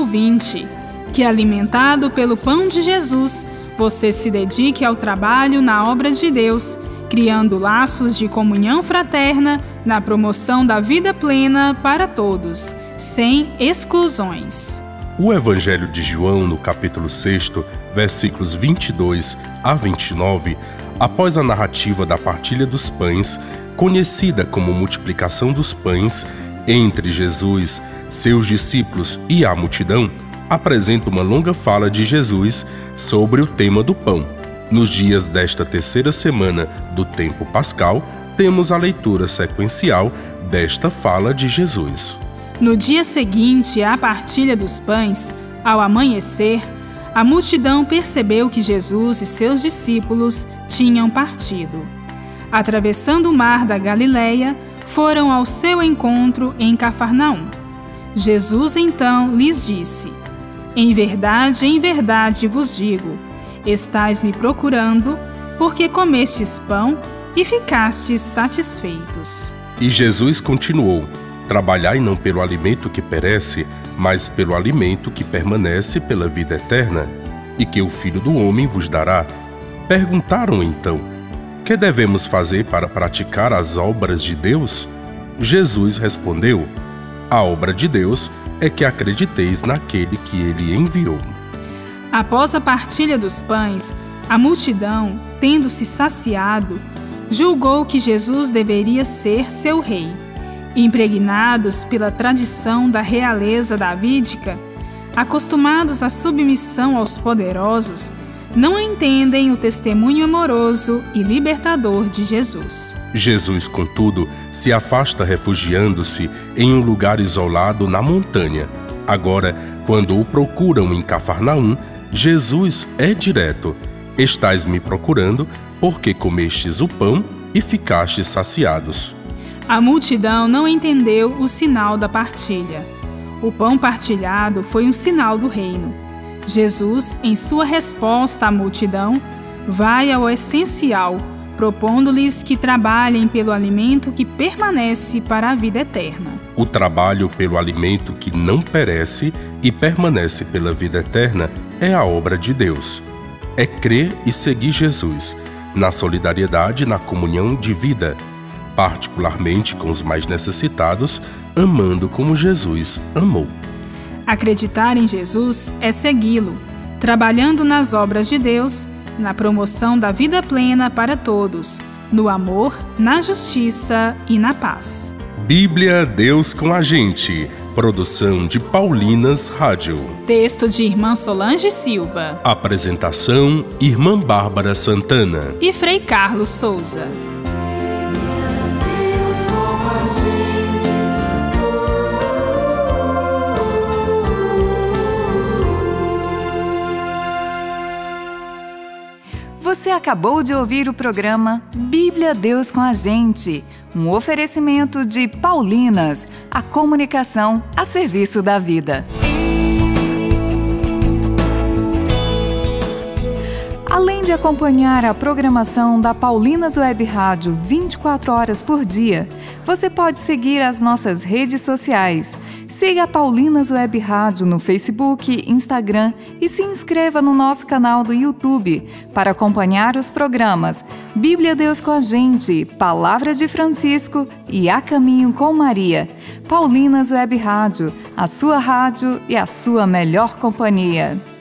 ouvinte, que, alimentado pelo pão de Jesus, você se dedique ao trabalho na obra de Deus, criando laços de comunhão fraterna na promoção da vida plena para todos, sem exclusões. O Evangelho de João, no capítulo 6, versículos 22 a 29, após a narrativa da partilha dos pães, conhecida como multiplicação dos pães, entre Jesus, seus discípulos e a multidão, apresenta uma longa fala de Jesus sobre o tema do pão. Nos dias desta terceira semana do tempo pascal, temos a leitura sequencial desta fala de Jesus. No dia seguinte à partilha dos pães, ao amanhecer, a multidão percebeu que Jesus e seus discípulos tinham partido. Atravessando o mar da Galileia, foram ao seu encontro em Cafarnaum. Jesus então lhes disse: em verdade vos digo, estais me procurando, porque comestes pão e ficastes satisfeitos. E Jesus continuou: trabalhai não pelo alimento que perece, mas pelo alimento que permanece pela vida eterna, e que o Filho do Homem vos dará. Perguntaram então: que devemos fazer para praticar as obras de Deus? Jesus respondeu: a obra de Deus é que acrediteis naquele que ele enviou. Após a partilha dos pães, a multidão, tendo-se saciado, julgou que Jesus deveria ser seu rei. Impregnados pela tradição da realeza davídica, acostumados à submissão aos poderosos, não entendem o testemunho amoroso e libertador de Jesus. Jesus, contudo, se afasta refugiando-se em um lugar isolado na montanha. Agora, quando o procuram em Cafarnaum, Jesus é direto: estais me procurando porque comestes o pão e ficastes saciados. A multidão não entendeu o sinal da partilha. O pão partilhado foi um sinal do reino. Jesus, em sua resposta à multidão, vai ao essencial, propondo-lhes que trabalhem pelo alimento que permanece para a vida eterna. O trabalho pelo alimento que não perece e permanece pela vida eterna é a obra de Deus. É crer e seguir Jesus, na solidariedade e na comunhão de vida, particularmente com os mais necessitados, amando como Jesus amou. Acreditar em Jesus é segui-lo, trabalhando nas obras de Deus, na promoção da vida plena para todos, no amor, na justiça e na paz. Bíblia, Deus com a gente. Produção de Paulinas Rádio. Texto de Irmã Solange Silva. Apresentação, Irmã Bárbara Santana e Frei Carlos Souza. Você acabou de ouvir o programa Bíblia Deus com a Gente, um oferecimento de Paulinas, a comunicação a serviço da vida. Além de acompanhar a programação da Paulinas Web Rádio 24 horas por dia, você pode seguir as nossas redes sociais. Siga a Paulinas Web Rádio no Facebook, Instagram e se inscreva no nosso canal do YouTube para acompanhar os programas Bíblia Deus com a Gente, Palavra de Francisco e A Caminho com Maria. Paulinas Web Rádio, a sua rádio e a sua melhor companhia.